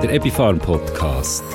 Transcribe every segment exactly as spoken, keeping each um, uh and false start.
der Epipharm Podcast.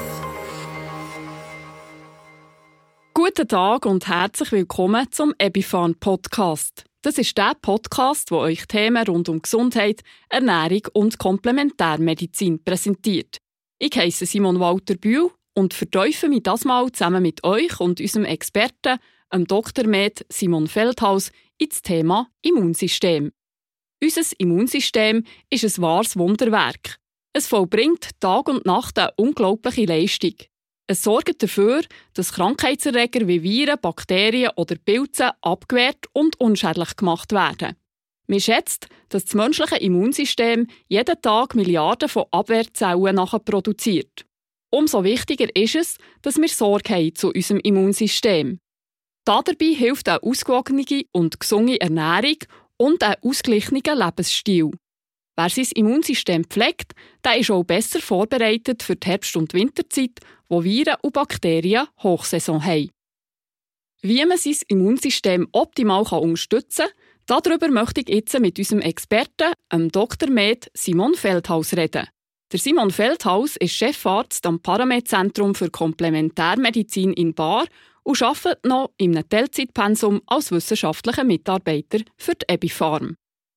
Guten Tag und herzlich willkommen zum Epipharm Podcast. Das ist der Podcast, der euch Themen rund um Gesundheit, Ernährung und Komplementärmedizin präsentiert. Ich heiße Simon Walter Bühl und vertiefe mich das Mal zusammen mit euch und unserem Experten, dem Doktor Med Simon Feldhaus, ins Thema Immunsystem. Unser Immunsystem ist ein wahres Wunderwerk. Es vollbringt Tag und Nacht eine unglaubliche Leistung. Es sorgt dafür, dass Krankheitserreger wie Viren, Bakterien oder Pilze abgewehrt und unschädlich gemacht werden. Man schätzt, dass das menschliche Immunsystem jeden Tag Milliarden von Abwehrzellen nachher produziert. Umso wichtiger ist es, dass wir Sorge haben zu unserem Immunsystem. Dabei hilft eine ausgewogene und gesunde Ernährung und ein ausgeglichener Lebensstil. Wer sein Immunsystem pflegt, der ist auch besser vorbereitet für die Herbst- und Winterzeit, wo Viren und Bakterien Hochsaison haben. Wie man sein Immunsystem optimal unterstützen kann, darüber möchte ich jetzt mit unserem Experten, dem Doktor Med Simon Feldhaus, reden. Der Simon Feldhaus ist Chefarzt am Paramed-Zentrum für Komplementärmedizin in Baar und arbeitet noch in einem Teilzeitpensum als wissenschaftlicher Mitarbeiter für die Epipharm.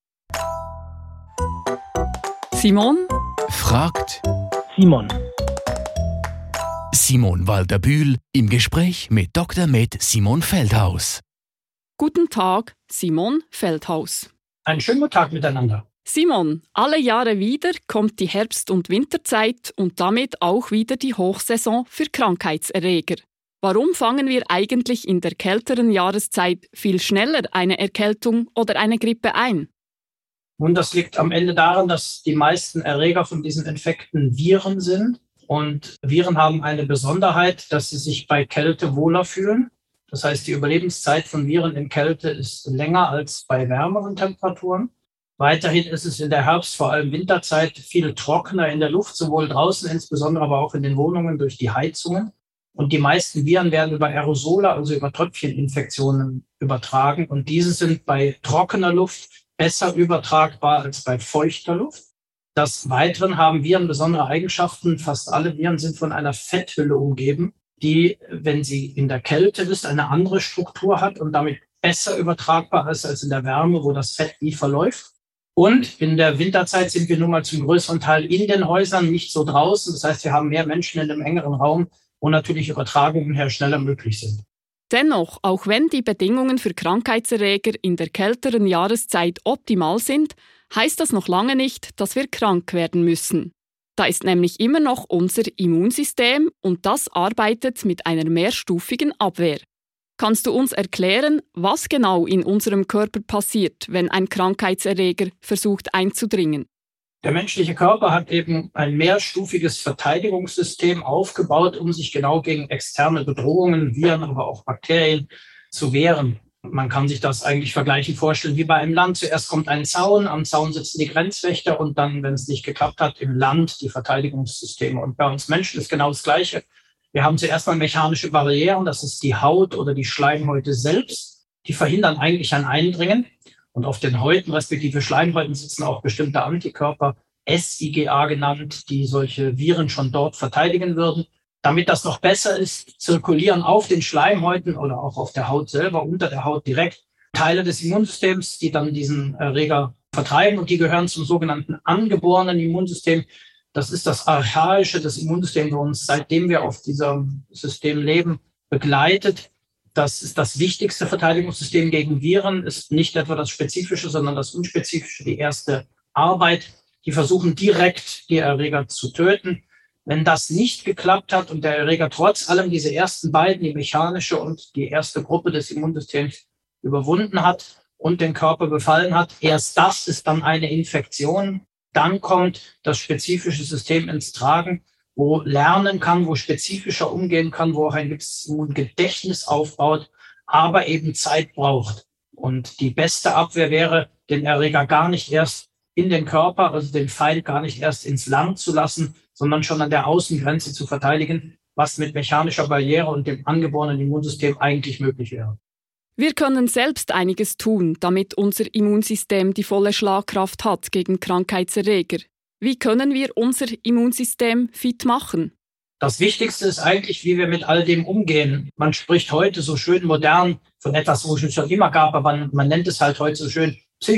Simon fragt Simon. Simon Walter Bühl im Gespräch mit Doktor Med Simon Feldhaus. Guten Tag, Simon Feldhaus. Einen schönen guten Tag miteinander. Simon, alle Jahre wieder kommt die Herbst- und Winterzeit und damit auch wieder die Hochsaison für Krankheitserreger. Warum fangen wir eigentlich in der kälteren Jahreszeit viel schneller eine Erkältung oder eine Grippe ein? Nun, das liegt am Ende daran, dass die meisten Erreger von diesen Infekten Viren sind. Und Viren haben eine Besonderheit, dass sie sich bei Kälte wohler fühlen. Das heißt, die Überlebenszeit von Viren in Kälte ist länger als bei wärmeren Temperaturen. Weiterhin ist es in der Herbst-, vor allem Winterzeit, viel trockener in der Luft, sowohl draußen insbesondere, aber auch in den Wohnungen durch die Heizungen. Und die meisten Viren werden über Aerosole, also über Tröpfcheninfektionen übertragen. Und diese sind bei trockener Luft besser übertragbar als bei feuchter Luft. Des Weiteren haben Viren besondere Eigenschaften. Fast alle Viren sind von einer Fetthülle umgeben, die, wenn sie in der Kälte ist, eine andere Struktur hat und damit besser übertragbar ist als in der Wärme, wo das Fett nie verläuft. Und in der Winterzeit sind wir nun mal zum größeren Teil in den Häusern, nicht so draußen. Das heißt, wir haben mehr Menschen in einem engeren Raum, wo natürlich Übertragungen her schneller möglich sind. Dennoch, auch wenn die Bedingungen für Krankheitserreger in der kälteren Jahreszeit optimal sind, heißt das noch lange nicht, dass wir krank werden müssen. Da ist nämlich immer noch unser Immunsystem und das arbeitet mit einer mehrstufigen Abwehr. Kannst du uns erklären, was genau in unserem Körper passiert, wenn ein Krankheitserreger versucht einzudringen? Der menschliche Körper hat eben ein mehrstufiges Verteidigungssystem aufgebaut, um sich genau gegen externe Bedrohungen, Viren, aber auch Bakterien zu wehren. Man kann sich das eigentlich vergleichend vorstellen wie bei einem Land. Zuerst kommt ein Zaun, am Zaun sitzen die Grenzwächter und dann, wenn es nicht geklappt hat, im Land die Verteidigungssysteme. Und bei uns Menschen ist genau das Gleiche. Wir haben zuerst mal mechanische Barrieren, das ist die Haut oder die Schleimhäute selbst. Die verhindern eigentlich ein Eindringen. Und auf den Häuten, respektive Schleimhäuten, sitzen auch bestimmte Antikörper, S I G A genannt, die solche Viren schon dort verteidigen würden. Damit das noch besser ist, zirkulieren auf den Schleimhäuten oder auch auf der Haut selber, unter der Haut direkt, Teile des Immunsystems, die dann diesen Erreger vertreiben. Und die gehören zum sogenannten angeborenen Immunsystem. Das ist das Archaische, das Immunsystem, das uns, seitdem wir auf diesem System leben, begleitet. Das ist das wichtigste Verteidigungssystem gegen Viren, ist nicht etwa das Spezifische, sondern das Unspezifische, die erste Arbeit. Die versuchen direkt, die Erreger zu töten. Wenn das nicht geklappt hat und der Erreger trotz allem diese ersten beiden, die mechanische und die erste Gruppe des Immunsystems, überwunden hat und den Körper befallen hat, erst das ist dann eine Infektion. Dann kommt das spezifische System ins Tragen, wo lernen kann, wo spezifischer umgehen kann, wo auch ein gewisses Immungedächtnis aufbaut, aber eben Zeit braucht. Und die beste Abwehr wäre, den Erreger gar nicht erst in den Körper, also den Feind gar nicht erst ins Land zu lassen, sondern schon an der Außengrenze zu verteidigen, was mit mechanischer Barriere und dem angeborenen Immunsystem eigentlich möglich wäre. Wir können selbst einiges tun, damit unser Immunsystem die volle Schlagkraft hat gegen Krankheitserreger. Wie können wir unser Immunsystem fit machen? Das Wichtigste ist eigentlich, wie wir mit all dem umgehen. Man spricht heute so schön modern von etwas, wo es schon immer gab, aber man, man nennt es halt heute so schön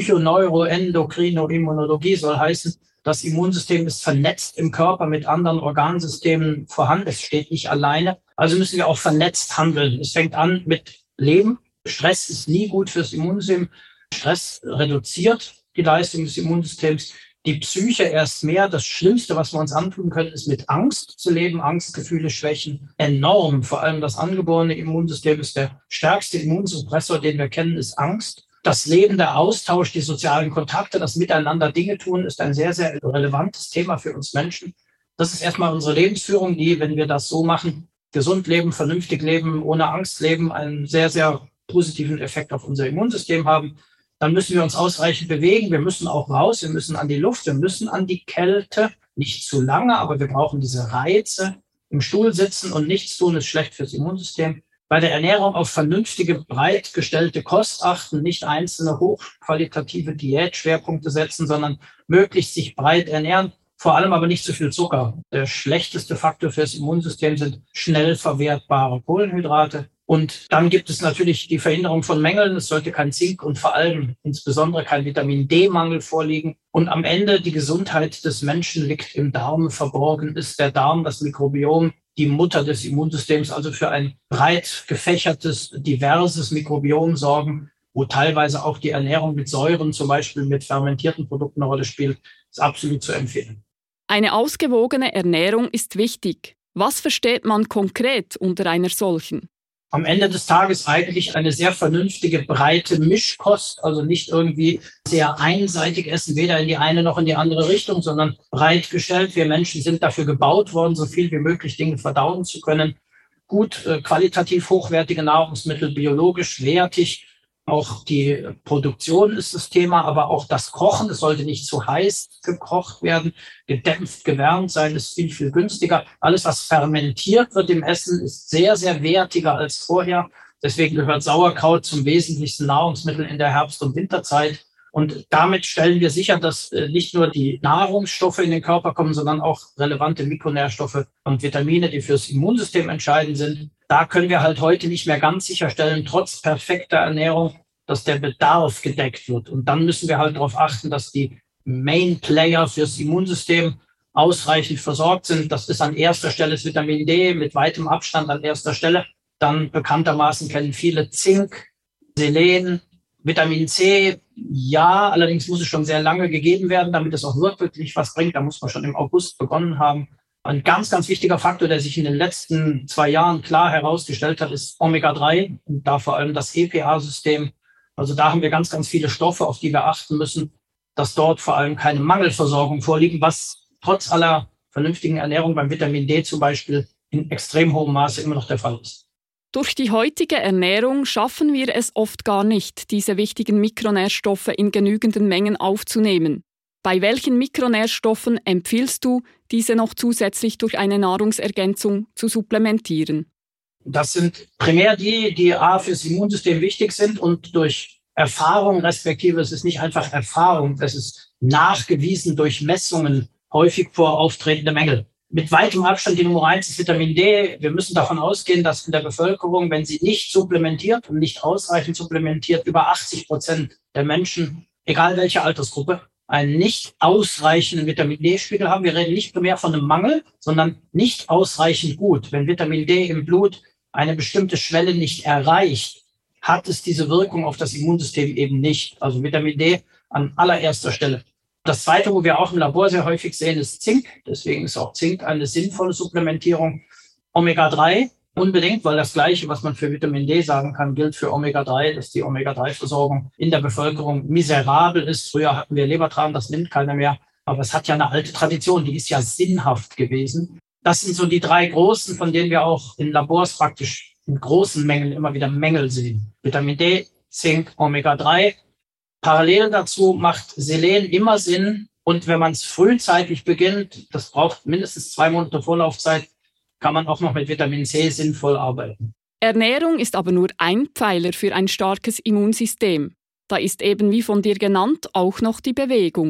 Psychoneuroendokrinoimmunologie, soll heißen, das Immunsystem ist vernetzt im Körper mit anderen Organsystemen vorhanden. Es steht nicht alleine. Also müssen wir auch vernetzt handeln. Es fängt an mit Leben. Stress ist nie gut fürs Immunsystem. Stress reduziert die Leistung des Immunsystems. Die Psyche erst mehr. Das Schlimmste, was wir uns antun können, ist mit Angst zu leben. Angstgefühle schwächen enorm. Vor allem das angeborene Immunsystem ist der stärkste Immunsuppressor, den wir kennen, ist Angst. Das Leben, der Austausch, die sozialen Kontakte, das Miteinander Dinge tun, ist ein sehr, sehr relevantes Thema für uns Menschen. Das ist erstmal unsere Lebensführung, die, wenn wir das so machen, gesund leben, vernünftig leben, ohne Angst leben, einen sehr, sehr positiven Effekt auf unser Immunsystem haben. Dann müssen wir uns ausreichend bewegen. Wir müssen auch raus, wir müssen an die Luft, wir müssen an die Kälte. Nicht zu lange, aber wir brauchen diese Reize. Im Stuhl sitzen und nichts tun ist schlecht fürs Immunsystem. Bei der Ernährung auf vernünftige, breit gestellte Kost achten, nicht einzelne hochqualitative Diätschwerpunkte setzen, sondern möglichst sich breit ernähren, vor allem aber nicht zu viel Zucker. Der schlechteste Faktor fürs Immunsystem sind schnell verwertbare Kohlenhydrate. Und dann gibt es natürlich die Verhinderung von Mängeln. Es sollte kein Zink und vor allem insbesondere kein Vitamin D-Mangel vorliegen. Und am Ende die Gesundheit des Menschen liegt im Darm verborgen. Ist der Darm, das Mikrobiom, die Mutter des Immunsystems, also für ein breit gefächertes, diverses Mikrobiom sorgen, wo teilweise auch die Ernährung mit Säuren, zum Beispiel mit fermentierten Produkten eine Rolle spielt, ist absolut zu empfehlen. Eine ausgewogene Ernährung ist wichtig. Was versteht man konkret unter einer solchen? Am Ende des Tages eigentlich eine sehr vernünftige, breite Mischkost, also nicht irgendwie sehr einseitig essen, weder in die eine noch in die andere Richtung, sondern breit gestellt. Wir Menschen sind dafür gebaut worden, so viel wie möglich Dinge verdauen zu können. Gut, äh, qualitativ hochwertige Nahrungsmittel, biologisch wertig. Auch die Produktion ist das Thema, aber auch das Kochen. Es sollte nicht zu heiß gekocht werden. Gedämpft, gewärmt sein ist viel, viel günstiger. Alles, was fermentiert wird im Essen, ist sehr, sehr wertiger als vorher. Deswegen gehört Sauerkraut zum wesentlichsten Nahrungsmittel in der Herbst- und Winterzeit. Und damit stellen wir sicher, dass nicht nur die Nahrungsstoffe in den Körper kommen, sondern auch relevante Mikronährstoffe und Vitamine, die fürs Immunsystem entscheidend sind. Da können wir halt heute nicht mehr ganz sicherstellen, trotz perfekter Ernährung, dass der Bedarf gedeckt wird. Und dann müssen wir halt darauf achten, dass die Main Player fürs Immunsystem ausreichend versorgt sind. Das ist an erster Stelle das Vitamin D, mit weitem Abstand an erster Stelle. Dann bekanntermaßen kennen viele Zink, Selen, Vitamin C, ja, allerdings muss es schon sehr lange gegeben werden, damit es auch wirklich was bringt. Da muss man schon im August begonnen haben. Ein ganz, ganz wichtiger Faktor, der sich in den letzten zwei Jahren klar herausgestellt hat, ist Omega drei und da vor allem das E P A-System. Also da haben wir ganz, ganz viele Stoffe, auf die wir achten müssen, dass dort vor allem keine Mangelversorgung vorliegen, was trotz aller vernünftigen Ernährung beim Vitamin D zum Beispiel in extrem hohem Maße immer noch der Fall ist. Durch die heutige Ernährung schaffen wir es oft gar nicht, diese wichtigen Mikronährstoffe in genügenden Mengen aufzunehmen. Bei welchen Mikronährstoffen empfiehlst du, diese noch zusätzlich durch eine Nahrungsergänzung zu supplementieren? Das sind primär die, die A fürs Immunsystem wichtig sind und durch Erfahrung, respektive es ist nicht einfach Erfahrung, es ist nachgewiesen durch Messungen häufig vor auftretende Mängel. Mit weitem Abstand die Nummer eins ist Vitamin D. Wir müssen davon ausgehen, dass in der Bevölkerung, wenn sie nicht supplementiert und nicht ausreichend supplementiert, über achtzig Prozent der Menschen, egal welche Altersgruppe, einen nicht ausreichenden Vitamin D-Spiegel haben. Wir reden nicht primär von einem Mangel, sondern nicht ausreichend gut. Wenn Vitamin D im Blut eine bestimmte Schwelle nicht erreicht, hat es diese Wirkung auf das Immunsystem eben nicht. Also Vitamin D an allererster Stelle. Das Zweite, wo wir auch im Labor sehr häufig sehen, ist Zink. Deswegen ist auch Zink eine sinnvolle Supplementierung. Omega drei unbedingt, weil das Gleiche, was man für Vitamin D sagen kann, gilt für Omega drei, dass die Omega drei Versorgung in der Bevölkerung miserabel ist. Früher hatten wir Lebertran, das nimmt keiner mehr. Aber es hat ja eine alte Tradition, die ist ja sinnhaft gewesen. Das sind so die drei großen, von denen wir auch in Labors praktisch in großen Mengen immer wieder Mängel sehen. Vitamin D, Zink, Omega drei. Parallel dazu macht Selen immer Sinn. Und wenn man es frühzeitig beginnt, das braucht mindestens zwei Monate Vorlaufzeit, kann man auch noch mit Vitamin C sinnvoll arbeiten. Ernährung ist aber nur ein Pfeiler für ein starkes Immunsystem. Da ist eben, wie von dir genannt, auch noch die Bewegung.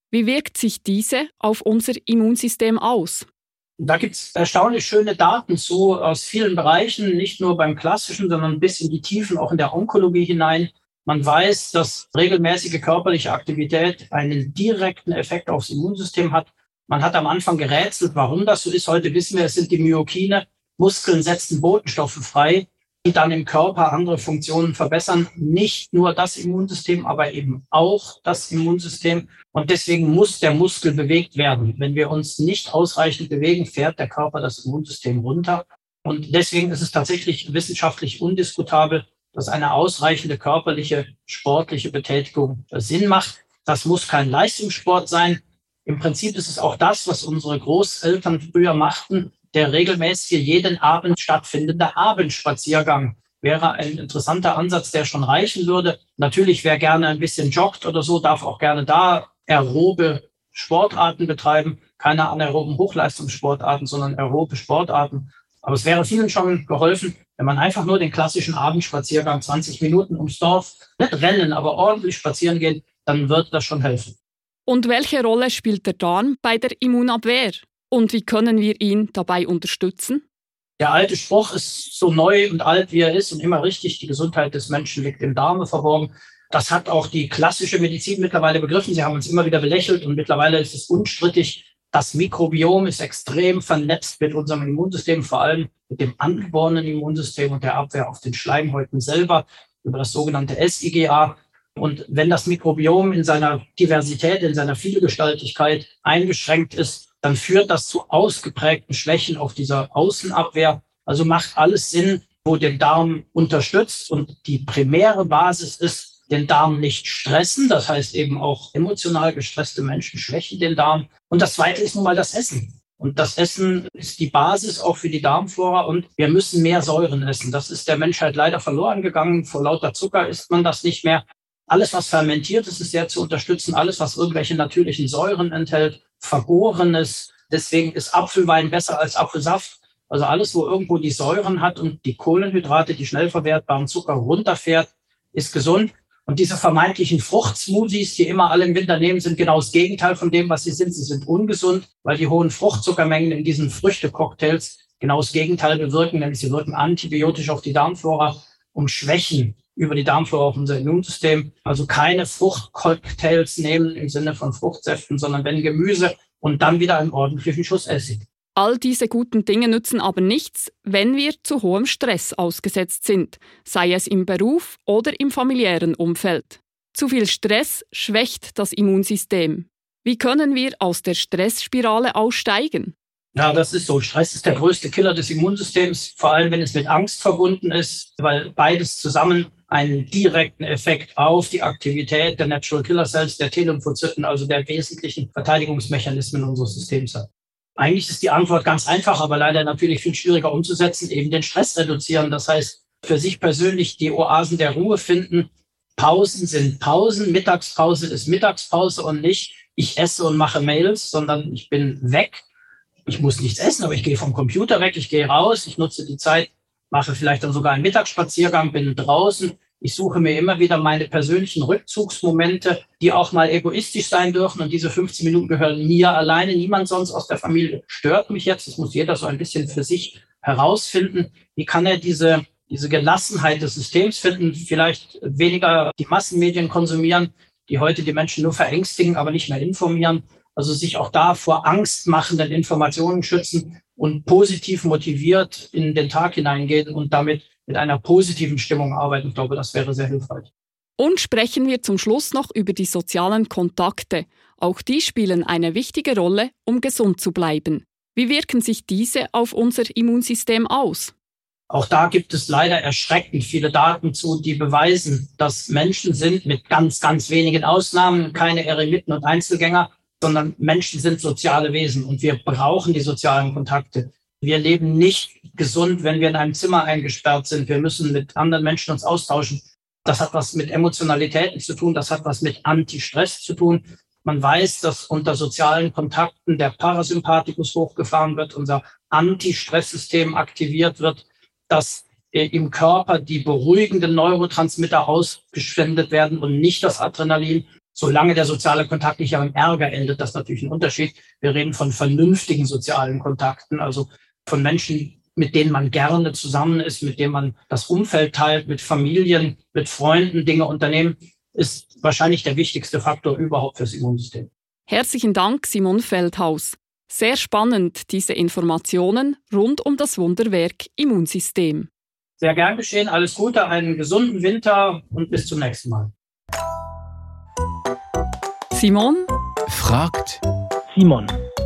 Wie wirkt sich diese auf unser Immunsystem aus? Da gibt es erstaunlich schöne Daten zu aus vielen Bereichen, nicht nur beim Klassischen, sondern bis in die Tiefen, auch in der Onkologie hinein. Man weiß, dass regelmäßige körperliche Aktivität einen direkten Effekt aufs Immunsystem hat. Man hat am Anfang gerätselt, warum das so ist. Heute wissen wir, es sind die Myokine. Muskeln setzen Botenstoffe frei, die dann im Körper andere Funktionen verbessern. Nicht nur das Immunsystem, aber eben auch das Immunsystem. Und deswegen muss der Muskel bewegt werden. Wenn wir uns nicht ausreichend bewegen, fährt der Körper das Immunsystem runter. Und deswegen ist es tatsächlich wissenschaftlich undiskutabel, dass eine ausreichende körperliche, sportliche Betätigung Sinn macht. Das muss kein Leistungssport sein. Im Prinzip ist es auch das, was unsere Großeltern früher machten. Der regelmäßige, jeden Abend stattfindende Abendspaziergang wäre ein interessanter Ansatz, der schon reichen würde. Natürlich, wer gerne ein bisschen joggt oder so, darf auch gerne da aerobe Sportarten betreiben. Keine anaeroben Hochleistungssportarten, sondern aerobe Sportarten. Aber es wäre vielen schon geholfen, wenn man einfach nur den klassischen Abendspaziergang zwanzig Minuten ums Dorf, nicht rennen, aber ordentlich spazieren geht, dann wird das schon helfen. Und welche Rolle spielt der Darm bei der Immunabwehr? Und wie können wir ihn dabei unterstützen? Der alte Spruch ist so neu und alt, wie er ist und immer richtig. Die Gesundheit des Menschen liegt im Darm verborgen. Das hat auch die klassische Medizin mittlerweile begriffen. Sie haben uns immer wieder belächelt und mittlerweile ist es unstrittig. Das Mikrobiom ist extrem vernetzt mit unserem Immunsystem, vor allem mit dem angeborenen Immunsystem und der Abwehr auf den Schleimhäuten selber über das sogenannte S I G A. Und wenn das Mikrobiom in seiner Diversität, in seiner Vielgestaltigkeit eingeschränkt ist, dann führt das zu ausgeprägten Schwächen auf dieser Außenabwehr. Also macht alles Sinn, wo den Darm unterstützt. Und die primäre Basis ist, den Darm nicht stressen. Das heißt eben auch emotional gestresste Menschen schwächen den Darm. Und das Zweite ist nun mal das Essen. Und das Essen ist die Basis auch für die Darmflora. Und wir müssen mehr Säuren essen. Das ist der Menschheit leider verloren gegangen. Vor lauter Zucker isst man das nicht mehr. Alles, was fermentiert ist, ist sehr zu unterstützen. Alles, was irgendwelche natürlichen Säuren enthält, Vergorenes. Deswegen ist Apfelwein besser als Apfelsaft. Also alles, wo irgendwo die Säuren hat und die Kohlenhydrate, die schnell verwertbaren Zucker runterfährt, ist gesund. Und diese vermeintlichen Fruchtsmoothies, die immer alle im Winter nehmen, sind genau das Gegenteil von dem, was sie sind. Sie sind ungesund, weil die hohen Fruchtzuckermengen in diesen Früchtecocktails genau das Gegenteil bewirken, nämlich sie wirken antibiotisch auf die Darmflora und schwächen über die Darmflora auf unser Immunsystem. Also keine Fruchtcocktails nehmen im Sinne von Fruchtsäften, sondern wenn Gemüse und dann wieder einen ordentlichen Schuss Essig. All diese guten Dinge nützen aber nichts, wenn wir zu hohem Stress ausgesetzt sind, sei es im Beruf oder im familiären Umfeld. Zu viel Stress schwächt das Immunsystem. Wie können wir aus der Stressspirale aussteigen? Ja, das ist so. Stress ist der größte Killer des Immunsystems, vor allem wenn es mit Angst verbunden ist, weil beides zusammen einen direkten Effekt auf die Aktivität der Natural Killer Cells, der T-Lymphozyten, also der wesentlichen Verteidigungsmechanismen unseres Systems hat. Eigentlich ist die Antwort ganz einfach, aber leider natürlich viel schwieriger umzusetzen, eben den Stress reduzieren. Das heißt, für sich persönlich die Oasen der Ruhe finden. Pausen sind Pausen, Mittagspause ist Mittagspause und nicht ich esse und mache Mails, sondern ich bin weg. Ich muss nichts essen, aber ich gehe vom Computer weg, ich gehe raus, ich nutze die Zeit, mache vielleicht dann sogar einen Mittagsspaziergang, bin draußen. Ich suche mir immer wieder meine persönlichen Rückzugsmomente, die auch mal egoistisch sein dürfen. Und diese fünfzehn Minuten gehören mir alleine. Niemand sonst aus der Familie stört mich jetzt. Das muss jeder so ein bisschen für sich herausfinden. Wie kann er diese, diese Gelassenheit des Systems finden? Vielleicht weniger die Massenmedien konsumieren, die heute die Menschen nur verängstigen, aber nicht mehr informieren. Also sich auch da vor angstmachenden Informationen schützen und positiv motiviert in den Tag hineingehen und damit mit einer positiven Stimmung arbeiten. Ich glaube, das wäre sehr hilfreich. Und sprechen wir zum Schluss noch über die sozialen Kontakte. Auch die spielen eine wichtige Rolle, um gesund zu bleiben. Wie wirken sich diese auf unser Immunsystem aus? Auch da gibt es leider erschreckend viele Daten zu, die beweisen, dass Menschen sind mit ganz, ganz wenigen Ausnahmen, keine Eremiten und Einzelgänger, sondern Menschen sind soziale Wesen und wir brauchen die sozialen Kontakte. Wir leben nicht gesund, wenn wir in einem Zimmer eingesperrt sind. Wir müssen mit anderen Menschen uns austauschen. Das hat was mit Emotionalitäten zu tun, das hat was mit Anti-Stress zu tun. Man weiß, dass unter sozialen Kontakten der Parasympathikus hochgefahren wird, unser Anti-Stress-System aktiviert wird, dass im Körper die beruhigenden Neurotransmitter ausgesendet werden und nicht das Adrenalin, Solange der soziale Kontakt nicht im Ärger endet, das ist natürlich ein Unterschied. Wir reden von vernünftigen sozialen Kontakten, also von Menschen, mit denen man gerne zusammen ist, mit denen man das Umfeld teilt, mit Familien, mit Freunden, Dinge unternehmen, ist wahrscheinlich der wichtigste Faktor überhaupt fürs Immunsystem. Herzlichen Dank, Simon Feldhaus. Sehr spannend, diese Informationen rund um das Wunderwerk Immunsystem. Sehr gern geschehen, alles Gute, einen gesunden Winter und bis zum nächsten Mal. Simon fragt Simon.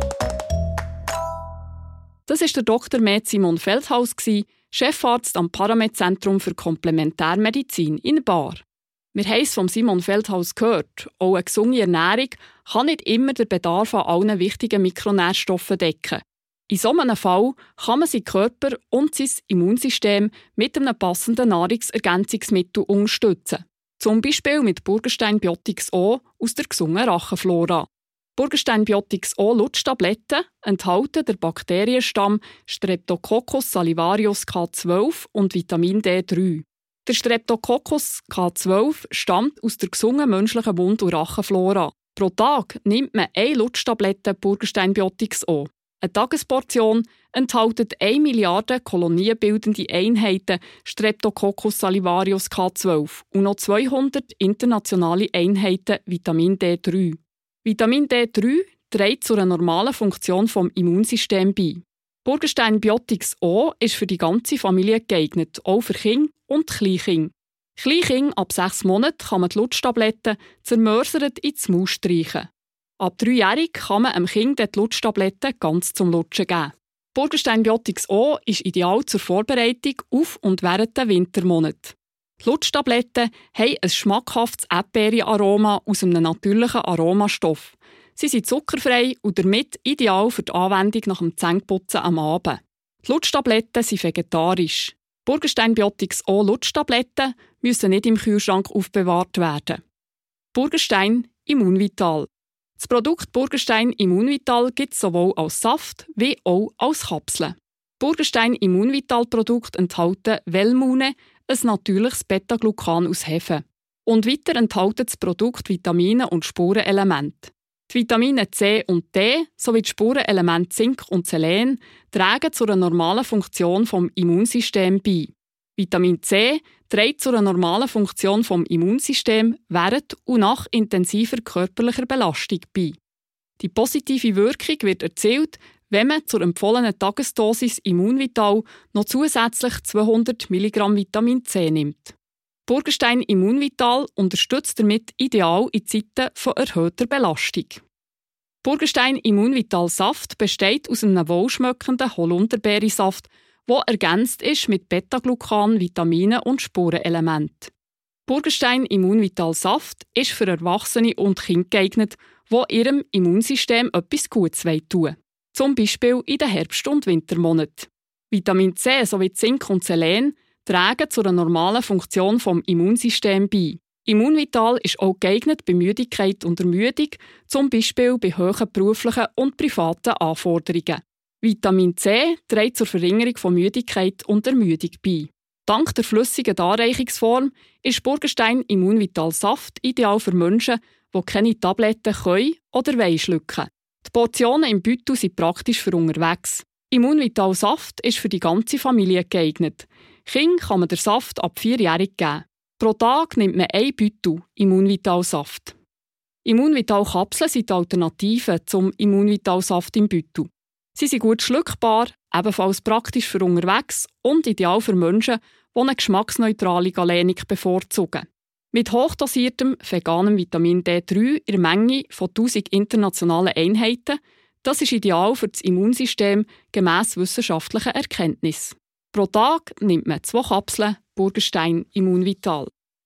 Das ist der Doktor Med Simon Feldhaus, Chefarzt am Paramed-Zentrum für Komplementärmedizin in Baar. Wir haben es von Simon Feldhaus gehört, auch eine gesunde Ernährung kann nicht immer den Bedarf an allen wichtigen Mikronährstoffen decken. In so einem Fall kann man seinen Körper und sein Immunsystem mit einem passenden Nahrungsergänzungsmittel unterstützen. Zum Beispiel mit Burgenstein Biotix O aus der gesunden Rachenflora. Burgenstein Biotix O Lutschtabletten enthalten den Bakterienstamm Streptococcus salivarius K zwölf und Vitamin D drei. Der Streptococcus K zwölf stammt aus der gesunden menschlichen Mund- und Rachenflora. Pro Tag nimmt man eine Lutschtablette Burgenstein Biotix O. Eine Tagesportion enthält eine Milliarde kolonienbildende Einheiten Streptococcus salivarius K zwölf und noch zweihundert internationale Einheiten Vitamin D drei. Vitamin D drei trägt zu einer normalen Funktion des Immunsystems bei. Burgenstein Biotix O ist für die ganze Familie geeignet, auch für Kinder und Kleinkinder. Kleinkinder ab sechs Monaten kann man die Lutschtabletten zermörsert ins Maul streichen. Ab dreijährig kann man einem Kind die Lutschtabletten ganz zum Lutschen geben. Burgenstein Biotix O ist ideal zur Vorbereitung auf und während der Wintermonate. Die Lutschtabletten haben ein schmackhaftes Erdbeerenaroma aus einem natürlichen Aromastoff. Sie sind zuckerfrei und damit ideal für die Anwendung nach dem Zähneputzen am Abend. Die Lutschtabletten sind vegetarisch. Burgenstein Biotix O Lutschtabletten müssen nicht im Kühlschrank aufbewahrt werden. Burgenstein Immunvital. Das Produkt Burgenstein Immunvital gibt es sowohl als Saft wie auch als Kapseln. Burgenstein Immunvital-Produkte enthalten Wellmune, ein natürliches Beta-Glucan aus Hefe. Und weiter enthält das Produkt Vitamine und Spurenelemente. Die Vitamine C und D sowie die Spurenelemente Zink und Selen tragen zu einer normalen Funktion des Immunsystems bei. Vitamin C trägt zu einer normalen Funktion des Immunsystems während und nach intensiver körperlicher Belastung bei. Die positive Wirkung wird erzielt, wenn man zur empfohlenen Tagesdosis Immunvital noch zusätzlich zweihundert Milligramm Vitamin C nimmt. Burgenstein Immunvital unterstützt damit ideal in Zeiten von erhöhter Belastung. Burgenstein Immunvital Saft besteht aus einem wohlschmeckenden Holunderbeerensaft, der ergänzt ist mit Beta-Glucan, Vitaminen und Spurenelementen. Burgenstein Immunvital Saft ist für Erwachsene und Kinder geeignet, die ihrem Immunsystem etwas Gutes tun wollen. Zum Beispiel in den Herbst- und Wintermonaten. Vitamin C sowie Zink und Selen tragen zu einer normalen Funktion des Immunsystems bei. Immunvital ist auch geeignet bei Müdigkeit und Ermüdung, zum Beispiel bei hohen beruflichen und privaten Anforderungen. Vitamin C trägt zur Verringerung von Müdigkeit und Ermüdung bei. Dank der flüssigen Darreichungsform ist Burgenstein Immunvital Saft ideal für Menschen, die keine Tabletten können oder wollen schlucken. Die Portionen im Beutel sind praktisch für unterwegs. Immunvital Saft ist für die ganze Familie geeignet. Kindern kann man den Saft ab vierjährig geben. Pro Tag nimmt man ein Beutel Immunvital Saft. Immunvital Kapseln sind die Alternativen zum Immunvital Saft im Beutel. Sie sind gut schluckbar, ebenfalls praktisch für unterwegs und ideal für Menschen, die eine geschmacksneutrale Galenik bevorzugen. Mit hochdosiertem veganem Vitamin D drei in der Menge von tausend internationalen Einheiten, das ist ideal für das Immunsystem gemäss wissenschaftlichen Erkenntnissen. Pro Tag nimmt man zwei Kapseln Burgenstein Immunvital.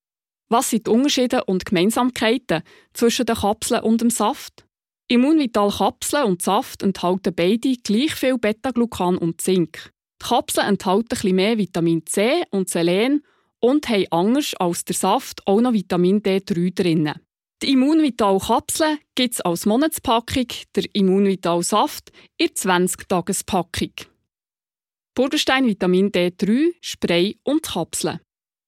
Was sind die Unterschiede und Gemeinsamkeiten zwischen den Kapseln und dem Saft? Immunvital-Kapseln und Saft enthalten beide gleich viel Beta-Glucan und Zink. Die Kapseln enthalten etwas mehr Vitamin C und Selen und haben anders als der Saft auch noch Vitamin D drei drin. Die Immunvital-Kapseln gibt es als Monatspackung, der Immunvital-Saft in zwanzig-Tages-Packung. Burgenstein Vitamin D drei, Spray und Kapseln.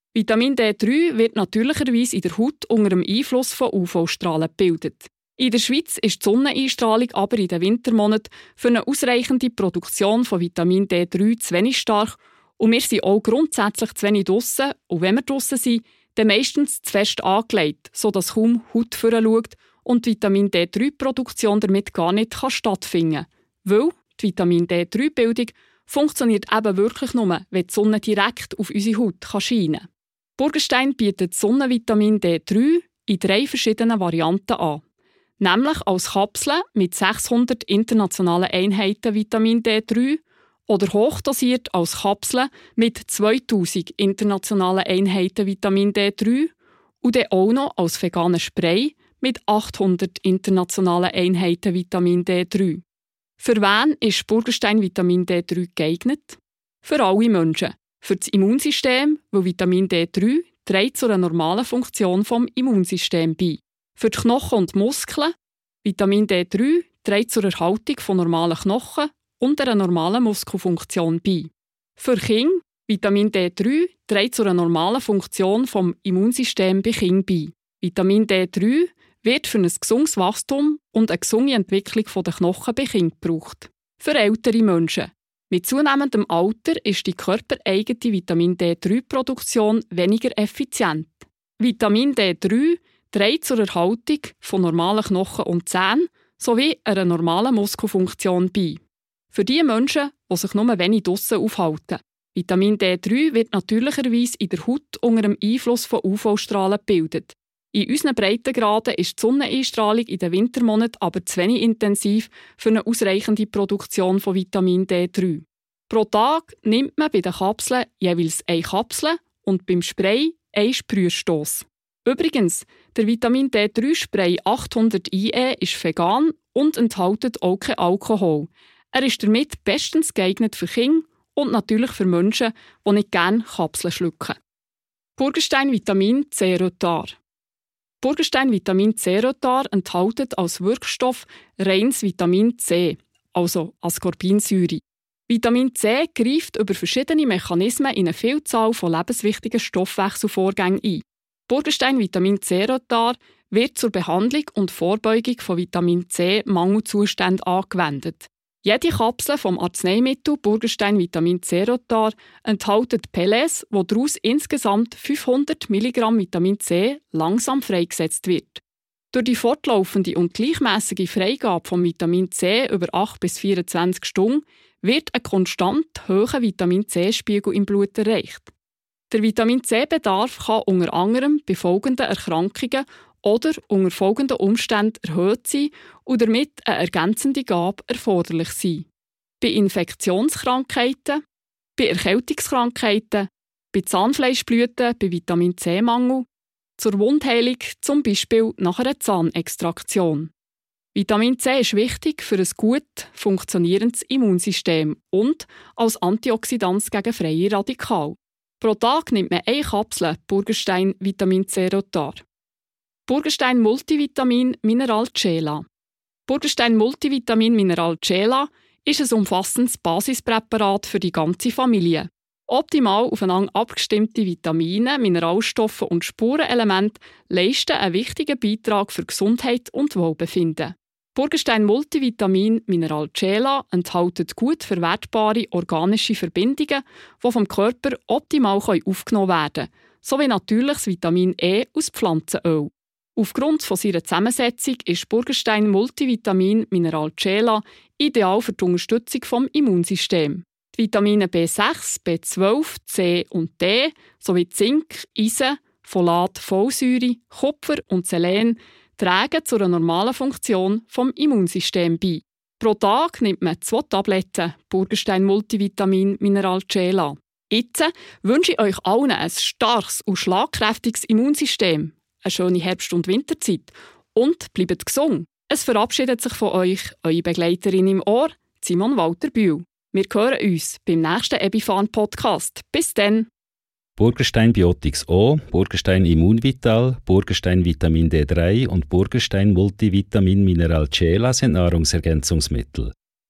Vitamin D drei wird natürlicherweise in der Haut unter dem Einfluss von U V-Strahlen gebildet. In der Schweiz ist die Sonneneinstrahlung aber in den Wintermonaten für eine ausreichende Produktion von Vitamin D drei zu wenig stark und wir sind auch grundsätzlich zu wenig draussen und wenn wir draussen sind, dann meistens zu fest angelegt, sodass kaum Haut vorschaut und die Vitamin D drei Produktion damit gar nicht stattfinden kann. Weil die Vitamin D drei Bildung funktioniert eben wirklich nur, wenn die Sonne direkt auf unsere Haut scheinen kann. Burgenstein bietet Sonnenvitamin D drei in drei verschiedenen Varianten an. Nämlich als Kapseln mit sechshundert internationalen Einheiten Vitamin D drei oder hochdosiert als Kapseln mit zweitausend internationalen Einheiten Vitamin D drei und dann auch noch als veganes Spray mit achthundert internationalen Einheiten Vitamin D drei. Für wen ist Burgenstein Vitamin D drei geeignet? Für alle Menschen. Für das Immunsystem, weil Vitamin D drei trägt zu einer normalen Funktion des Immunsystems bei. Für die Knochen und Muskeln, Vitamin D drei trägt zur Erhaltung von normalen Knochen und einer normalen Muskelfunktion bei. Für Kinder, Vitamin D drei trägt zu einer normalen Funktion des Immunsystems bei Kindern bei. Vitamin D drei wird für ein gesundes Wachstum und eine gesunde Entwicklung der Knochen bei Kindern gebraucht. Für ältere Menschen. Mit zunehmendem Alter ist die körpereigene Vitamin D drei Produktion weniger effizient. Vitamin D drei trägt zur Erhaltung von normalen Knochen und Zähnen sowie einer normalen Muskelfunktion bei. Für die Menschen, die sich nur wenig draussen aufhalten. Vitamin D drei wird natürlicherweise in der Haut unter dem Einfluss von U V-Strahlen gebildet. In unseren Breitengraden ist die Sonneneinstrahlung in den Wintermonaten aber zu wenig intensiv für eine ausreichende Produktion von Vitamin D drei. Pro Tag nimmt man bei den Kapseln jeweils eine Kapsel und beim Spray einen Sprühstoss. Übrigens, der Vitamin D drei Spray achthundert I E ist vegan und enthält auch keinen Alkohol. Er ist damit bestens geeignet für Kinder und natürlich für Menschen, die nicht gerne Kapseln schlucken. Burgenstein Vitamin C Retar. Burgenstein Vitamin C Retar enthält als Wirkstoff reines Vitamin C, also Ascorbinsäure. Vitamin C greift über verschiedene Mechanismen in eine Vielzahl von lebenswichtigen Stoffwechselvorgängen ein. Burgenstein Vitamin C Retar wird zur Behandlung und Vorbeugung von Vitamin C-Mangelzuständen angewendet. Jede Kapsel vom Arzneimittel Burgenstein Vitamin C Retar enthält Pellets, wo daraus insgesamt fünfhundert Milligramm Vitamin C langsam freigesetzt wird. Durch die fortlaufende und gleichmäßige Freigabe von Vitamin C über acht bis vierundzwanzig Stunden wird ein konstant hoher Vitamin C-Spiegel im Blut erreicht. Der Vitamin C-Bedarf kann unter anderem bei folgenden Erkrankungen oder unter folgenden Umständen erhöht sein und damit eine ergänzende Gabe erforderlich sein. Bei Infektionskrankheiten, bei Erkältungskrankheiten, bei Zahnfleischblüten, bei Vitamin C-Mangel, zur Wundheilung, zum Beispiel nach einer Zahnextraktion. Vitamin C ist wichtig für ein gut funktionierendes Immunsystem und als Antioxidant gegen freie Radikale. Pro Tag nimmt man eine Kapsel Burgenstein Vitamin C Retar. Burgenstein Multivitamin Mineral Cela. Burgenstein Multivitamin Mineral Cela ist ein umfassendes Basispräparat für die ganze Familie. Optimal aufeinander abgestimmte Vitamine, Mineralstoffe und Spurenelemente leisten einen wichtigen Beitrag für Gesundheit und Wohlbefinden. Burgenstein Multivitamin Mineral Cela enthält gut verwertbare organische Verbindungen, die vom Körper optimal aufgenommen werden können, sowie natürliches Vitamin E aus Pflanzenöl. Aufgrund von seiner Zusammensetzung ist Burgenstein Multivitamin Mineral Cela ideal für die Unterstützung des Immunsystems. Die Vitamine B sechs, B zwölf, C und D sowie Zink, Eisen, Folat, Folsäure, Kupfer und Selen tragen zu einer normalen Funktion des Immunsystems bei. Pro Tag nimmt man zwei Tabletten Burgenstein Multivitamin Mineral Cela. Jetzt wünsche ich euch allen ein starkes und schlagkräftiges Immunsystem, eine schöne Herbst- und Winterzeit und bleibt gesund. Es verabschiedet sich von euch eure Begleiterin im Ohr, Simon Walter Bühl. Wir hören uns beim nächsten Epiphan-Podcast. Bis dann! Burgenstein Biotics O, Burgenstein Immunvital, Burgenstein Vitamin D drei und Burgenstein Multivitamin Mineral Cela sind Nahrungsergänzungsmittel.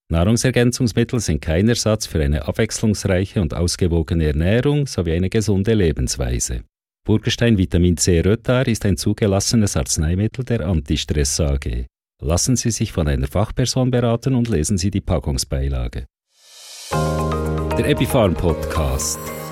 Nahrungsergänzungsmittel sind kein Ersatz für eine abwechslungsreiche und ausgewogene Ernährung sowie eine gesunde Lebensweise. Burgerstein Vitamin C Rötar ist ein zugelassenes Arzneimittel der Antistress A G. Lassen Sie sich von einer Fachperson beraten und lesen Sie die Packungsbeilage. Der Epipharm Podcast.